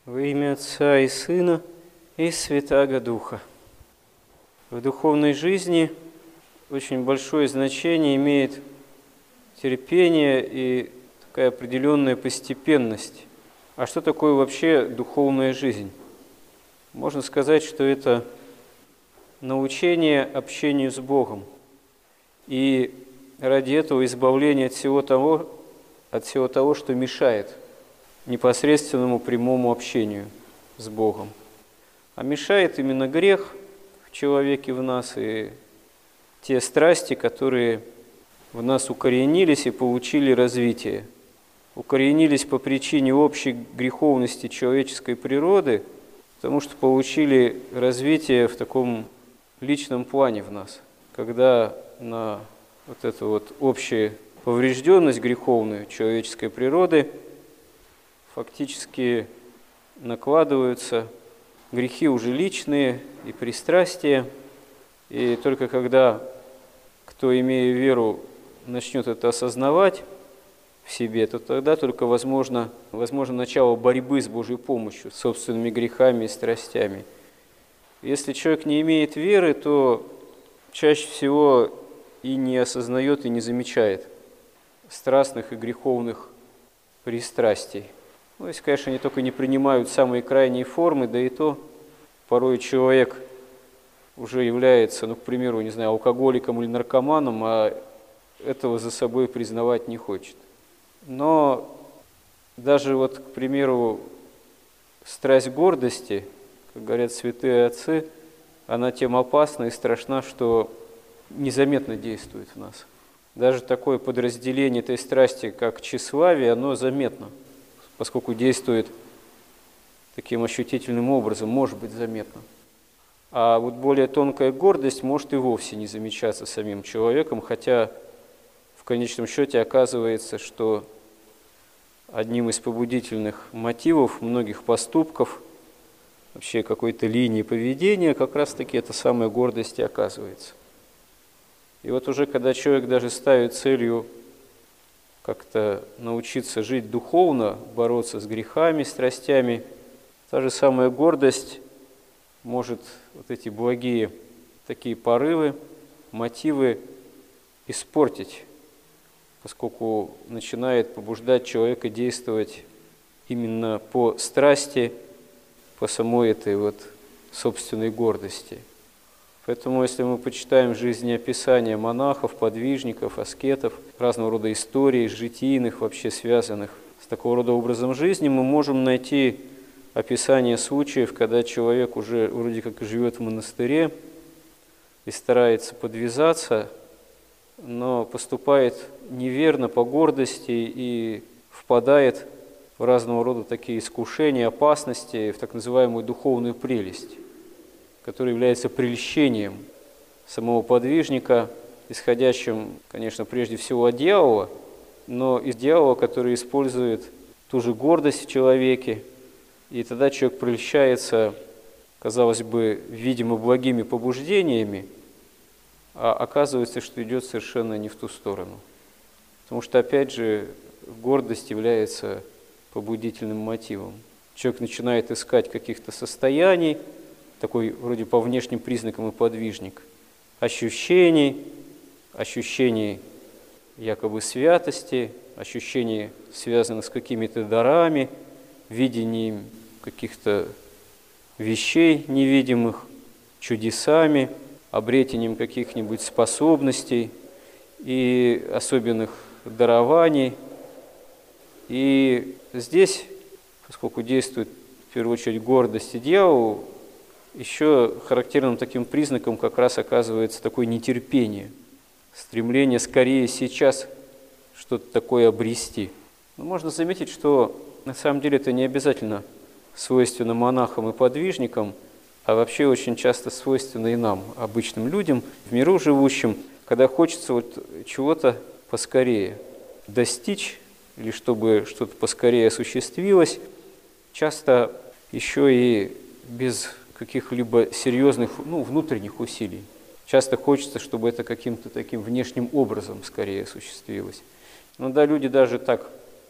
Во имя Отца и Сына и Святаго Духа. В духовной жизни очень большое значение имеет терпение и такая определенная постепенность. А что такое вообще духовная жизнь? Можно сказать, что это научение общению с Богом. И ради этого избавление от всего того, что мешает непосредственному прямому общению с Богом. А мешает именно грех в человеке, в нас, и те страсти, которые в нас укоренились и получили развитие. Укоренились по причине общей греховности человеческой природы, потому что получили развитие в таком личном плане в нас, когда на вот эту вот общую поврежденность греховную человеческой природы фактически накладываются грехи уже личные и пристрастия. И только когда кто, имея веру, начнет это осознавать в себе, то тогда только возможно начало борьбы с Божьей помощью, с собственными грехами и страстями. Если человек не имеет веры, то чаще всего и не осознает, и не замечает страстных и греховных пристрастий. Ну, если, конечно, они только не принимают самые крайние формы, да и то порой человек уже является, к примеру, алкоголиком или наркоманом, а этого за собой признавать не хочет. Но даже к примеру, страсть гордости, как говорят святые отцы, она тем опасна и страшна, что незаметно действует в нас. Даже такое подразделение этой страсти, как тщеславие, оно заметно, поскольку действует таким ощутительным образом, может быть заметно. А более тонкая гордость может и вовсе не замечаться самим человеком, хотя в конечном счете оказывается, что одним из побудительных мотивов многих поступков, вообще какой-то линии поведения, как раз-таки эта самая гордость и оказывается. И уже когда человек даже ставит целью как-то научиться жить духовно, бороться с грехами, страстями, та же самая гордость может эти благие такие порывы, мотивы испортить, поскольку начинает побуждать человека действовать именно по страсти, по самой этой собственной гордости. Поэтому, если мы почитаем жизнеописания монахов, подвижников, аскетов, разного рода историй, житийных, вообще связанных с такого рода образом жизни, мы можем найти описание случаев, когда человек уже вроде как живет в монастыре и старается подвязаться, но поступает неверно по гордости и впадает в разного рода такие искушения, опасности, в так называемую духовную прелесть, которая является прельщением самого подвижника, исходящим, конечно, прежде всего от дьявола, но из дьявола, который использует ту же гордость в человеке, и тогда человек прельщается, казалось бы, видимо, благими побуждениями, а оказывается, что идет совершенно не в ту сторону. Потому что, опять же, гордость является побудительным мотивом. Человек начинает искать каких-то состояний, такой вроде по внешним признакам и подвижник, ощущений якобы святости, ощущений, связанных с какими-то дарами, видением каких-то вещей невидимых, чудесами, обретением каких-нибудь способностей и особенных дарований. И здесь, поскольку действует в первую очередь гордость и дьявол, еще характерным таким признаком как раз оказывается такое нетерпение, стремление скорее сейчас что-то такое обрести. Но можно заметить, что на самом деле это не обязательно свойственно монахам и подвижникам, а вообще очень часто свойственно и нам, обычным людям, в миру живущим, когда хочется чего-то поскорее достичь, или чтобы что-то поскорее осуществилось, часто еще и без каких-либо серьезных внутренних усилий. Часто хочется, чтобы это каким-то таким внешним образом скорее осуществилось. Но да, люди даже так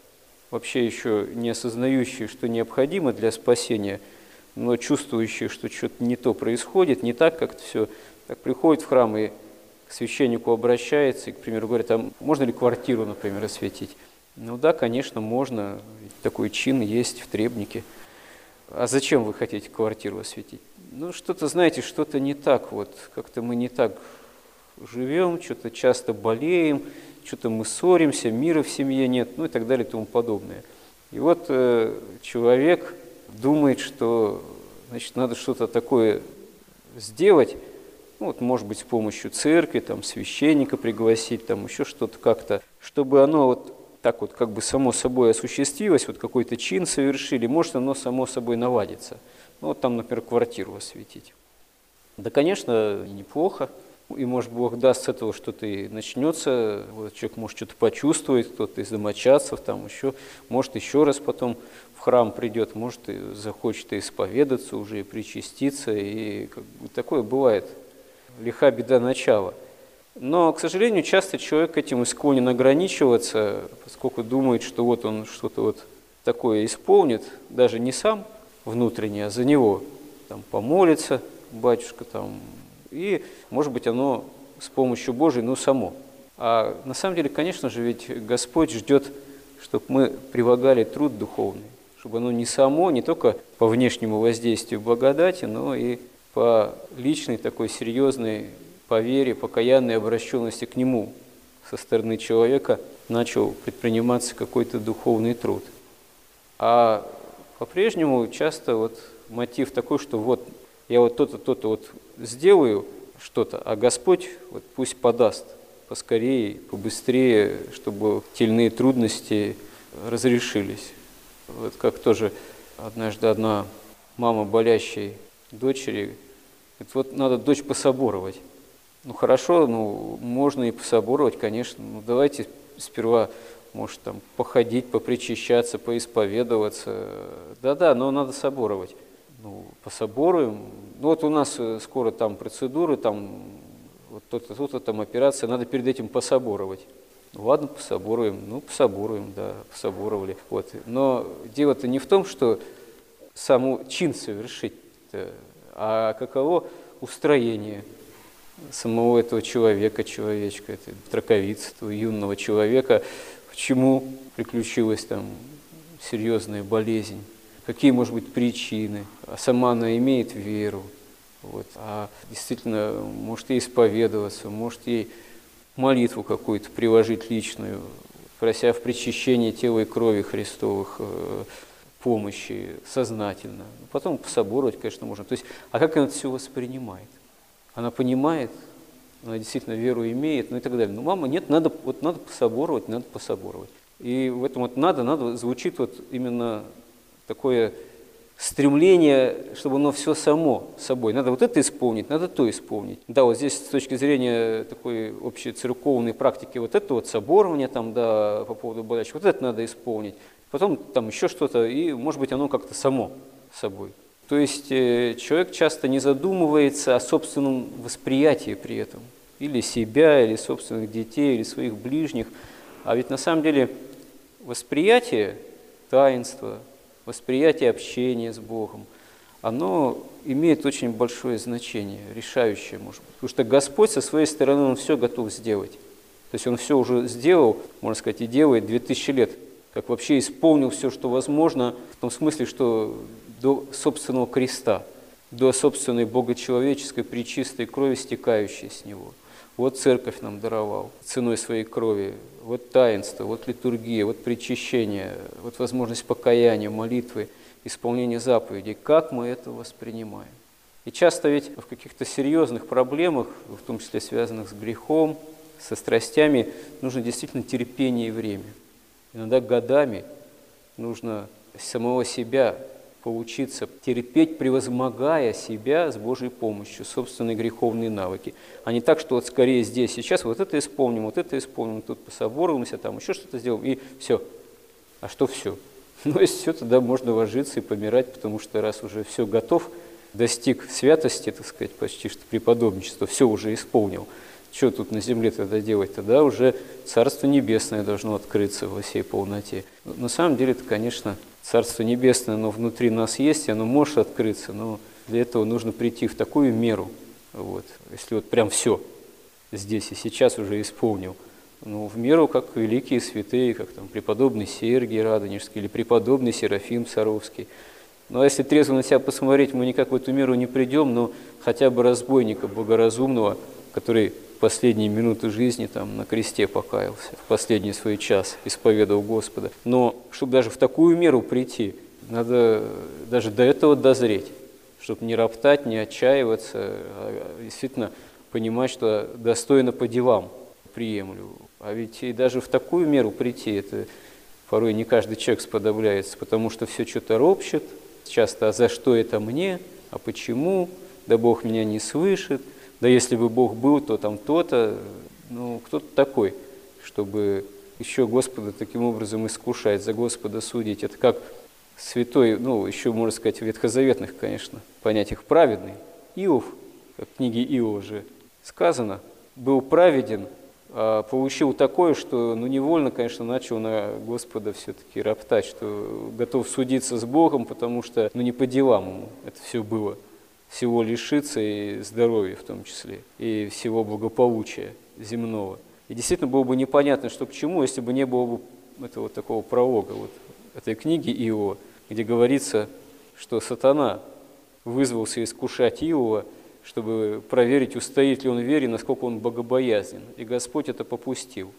вообще еще не осознающие, что необходимо для спасения, но чувствующие, что что-то не то происходит, не так как-то все, так приходит в храм и к священнику обращается, и, к примеру, говорит, а можно ли квартиру, например, осветить? Ну да, конечно, можно, такой чин есть в требнике. А зачем вы хотите квартиру осветить? Ну, что-то, знаете, что-то не так, вот, как-то мы не так живем, что-то часто болеем, что-то мы ссоримся, мира в семье нет, ну и так далее и тому подобное. И вот человек думает, что, значит, надо что-то такое сделать, ну, вот, может быть, с помощью церкви, там, священника пригласить, там, еще что-то как-то, чтобы оно вот так вот как бы само собой осуществилось, вот какой-то чин совершили, может оно само собой наладится. Ну, вот там, например, квартиру осветить. Да, конечно, неплохо. И, может, Бог даст с этого что-то и начнется. Вот человек может что-то почувствовать, кто-то из домочадцев, там еще, может, еще раз потом в храм придет, может, и захочет и исповедаться уже, и причаститься. И как бы такое бывает. Лиха беда начала. Но, к сожалению, часто человек этим склонен ограничиваться, поскольку думает, что вот он что-то вот такое исполнит, даже не сам внутренне, а за него там помолится батюшка, там, и, может быть, оно с помощью Божией, ну, само. А на самом деле, конечно же, ведь Господь ждет, чтобы мы прилагали труд духовный, чтобы оно не само, не только по внешнему воздействию благодати, но и по личной такой серьезной, по вере, покаянной обращенности к Нему со стороны человека начал предприниматься какой-то духовный труд. А по-прежнему часто вот мотив такой, что вот я вот то-то, то-то вот сделаю что-то, а Господь вот пусть подаст поскорее, побыстрее, чтобы те или иные трудности разрешились. Вот как тоже однажды одна мама болящей дочери говорит, вот надо дочь пособоровать. Ну хорошо, ну можно и пособоровать, конечно, ну давайте сперва, может, там походить, попричащаться, поисповедоваться. Да-да, но надо соборовать. Ну, пособоруем. Ну вот у нас скоро там процедуры, там вот то-то там операция, надо перед этим пособоровать. Ну, ладно, пособоруем, ну пособоруем, да, пособоровали. Вот. Но дело-то не в том, что саму чин совершить, а каково устроение самого этого человека, человечка, этой траковицы, этого юного человека, почему приключилась там серьезная болезнь, какие, может быть, причины, а сама она имеет веру, вот, а действительно может ей исповедоваться, может ей молитву какую-то приложить личную, прося в причащении тела и крови Христовых помощи сознательно. Потом пособоровать, конечно, можно. То есть, а как она это все воспринимает? Она понимает, она действительно веру имеет, ну и так далее. Но мама, нет, надо пособоровать, надо пособоровать. И в этом вот надо звучит вот именно такое стремление, чтобы оно все само собой. Надо вот это исполнить, надо то исполнить. Да, вот здесь с точки зрения такой общей церковной практики, вот это вот соборование там, да, по поводу болящих, вот это надо исполнить. Потом там еще что-то, и, может быть, оно как-то само собой. То есть человек часто не задумывается о собственном восприятии при этом. Или себя, или собственных детей, или своих ближних. А ведь на самом деле восприятие таинства, восприятие общения с Богом, оно имеет очень большое значение, решающее, может быть. Потому что Господь со своей стороны, Он все готов сделать. То есть Он все уже сделал, можно сказать, и делает 2000 лет. Как вообще исполнил все, что возможно, в том смысле, что до собственного креста, до собственной богочеловеческой пречистой крови, стекающей с Него. Вот церковь нам даровал ценой своей крови, вот таинство, вот литургия, вот причащение, вот возможность покаяния, молитвы, исполнения заповедей. Как мы это воспринимаем? И часто ведь в каких-то серьезных проблемах, в том числе связанных с грехом, со страстями, нужно действительно терпение и время. Иногда годами нужно самого себя поучиться терпеть, превозмогая себя с Божьей помощью, собственные греховные навыки. А не так, что вот скорее здесь, сейчас вот это исполним, тут пособоруемся, там еще что-то сделаем, и все. А что все? Ну, если все, тогда можно ложиться и помирать, потому что раз уже все готов, достиг святости, так сказать, почти что преподобничества, все уже исполнил, Что тут на земле тогда делать? Тогда уже Царство Небесное должно открыться во всей полноте. На самом деле это, конечно, Царство Небесное, оно внутри нас есть, и оно может открыться, но для этого нужно прийти в такую меру, вот, если вот прям все здесь и сейчас уже исполнил, ну, в меру, как великие святые, как там преподобный Сергий Радонежский или преподобный Серафим Саровский. Ну, а если трезво на себя посмотреть, мы никак в эту меру не придем, но хотя бы разбойника благоразумного, который в последние минуты жизни там на кресте покаялся, в последний свой час исповедовал Господа. Но чтобы даже в такую меру прийти, надо даже до этого дозреть, чтобы не роптать, не отчаиваться, а действительно понимать, что достойно по делам приемлю. А ведь и даже в такую меру прийти, это порой не каждый человек сподобляется, потому что все что-то ропщет, часто, а за что это мне, а почему, да Бог меня не слышит, да если бы Бог был, то там то-то, ну, кто-то такой, чтобы еще Господа таким образом искушать, за Господа судить. Это как святой, ну, еще, можно сказать, в ветхозаветных, конечно, понятиях праведный, Иов, как в книге Иова же сказано, был праведен, а получил такое, что, ну, невольно, конечно, начал на Господа все-таки роптать, что готов судиться с Богом, потому что, ну, не по делам ему это все было. Всего лишиться и здоровья в том числе, и всего благополучия земного. И действительно было бы непонятно, что к чему, если бы не было бы этого такого пролога, вот этой книги Иова, где говорится, что сатана вызвался искушать Иова, чтобы проверить, устоит ли он в вере, насколько он богобоязнен. И Господь это попустил.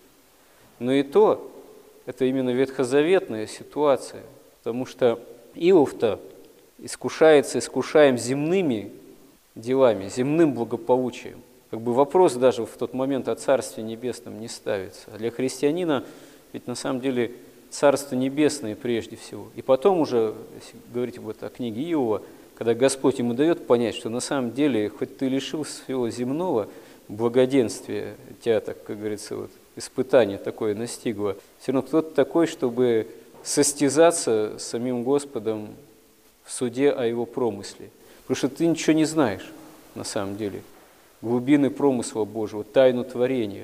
Но и то, это именно ветхозаветная ситуация, потому что Иов-то искушается искушаем земными делами, земным благополучием. Как бы вопрос даже в тот момент о Царстве Небесном не ставится. А для христианина ведь на самом деле Царство Небесное прежде всего. И потом уже, если говорить вот о книге Иова, когда Господь ему дает понять, что на самом деле, хоть ты лишился своего земного благоденствия, тебя, так как говорится, вот, испытание такое настигло, все равно кто-то такой, чтобы состязаться с самим Господом в суде о его промысле. Потому что ты ничего не знаешь, на самом деле, глубины промысла Божьего, тайну творения,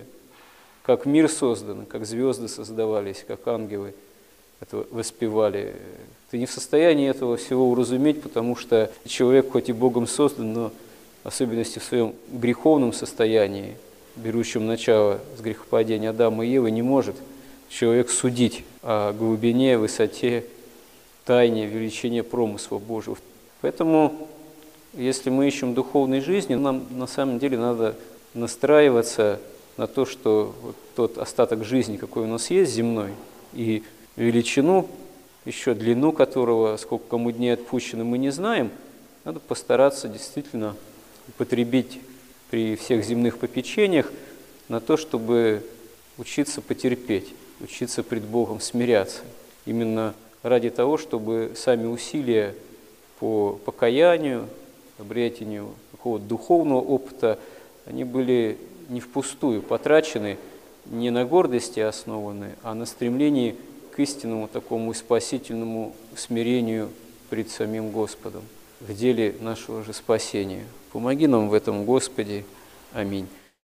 как мир создан, как звезды создавались, как ангелы это воспевали. Ты не в состоянии этого всего уразуметь, потому что человек хоть и Богом создан, но в особенности в своем греховном состоянии, берущем начало с грехопадения Адама и Евы, не может человек судить о глубине, высоте, тайне, величине промысла Божьего. Поэтому, если мы ищем духовной жизни, нам на самом деле надо настраиваться на то, что вот тот остаток жизни, какой у нас есть, земной, и величину, еще длину которого, сколько кому дней отпущено, мы не знаем, надо постараться действительно употребить при всех земных попечениях на то, чтобы учиться потерпеть, учиться пред Богом смиряться. Именно ради того, чтобы сами усилия по покаянию, обретению какого-то духовного опыта, они были не впустую потрачены, не на гордости основаны, а на стремлении к истинному такому спасительному смирению пред самим Господом в деле нашего же спасения. Помоги нам в этом, Господи. Аминь.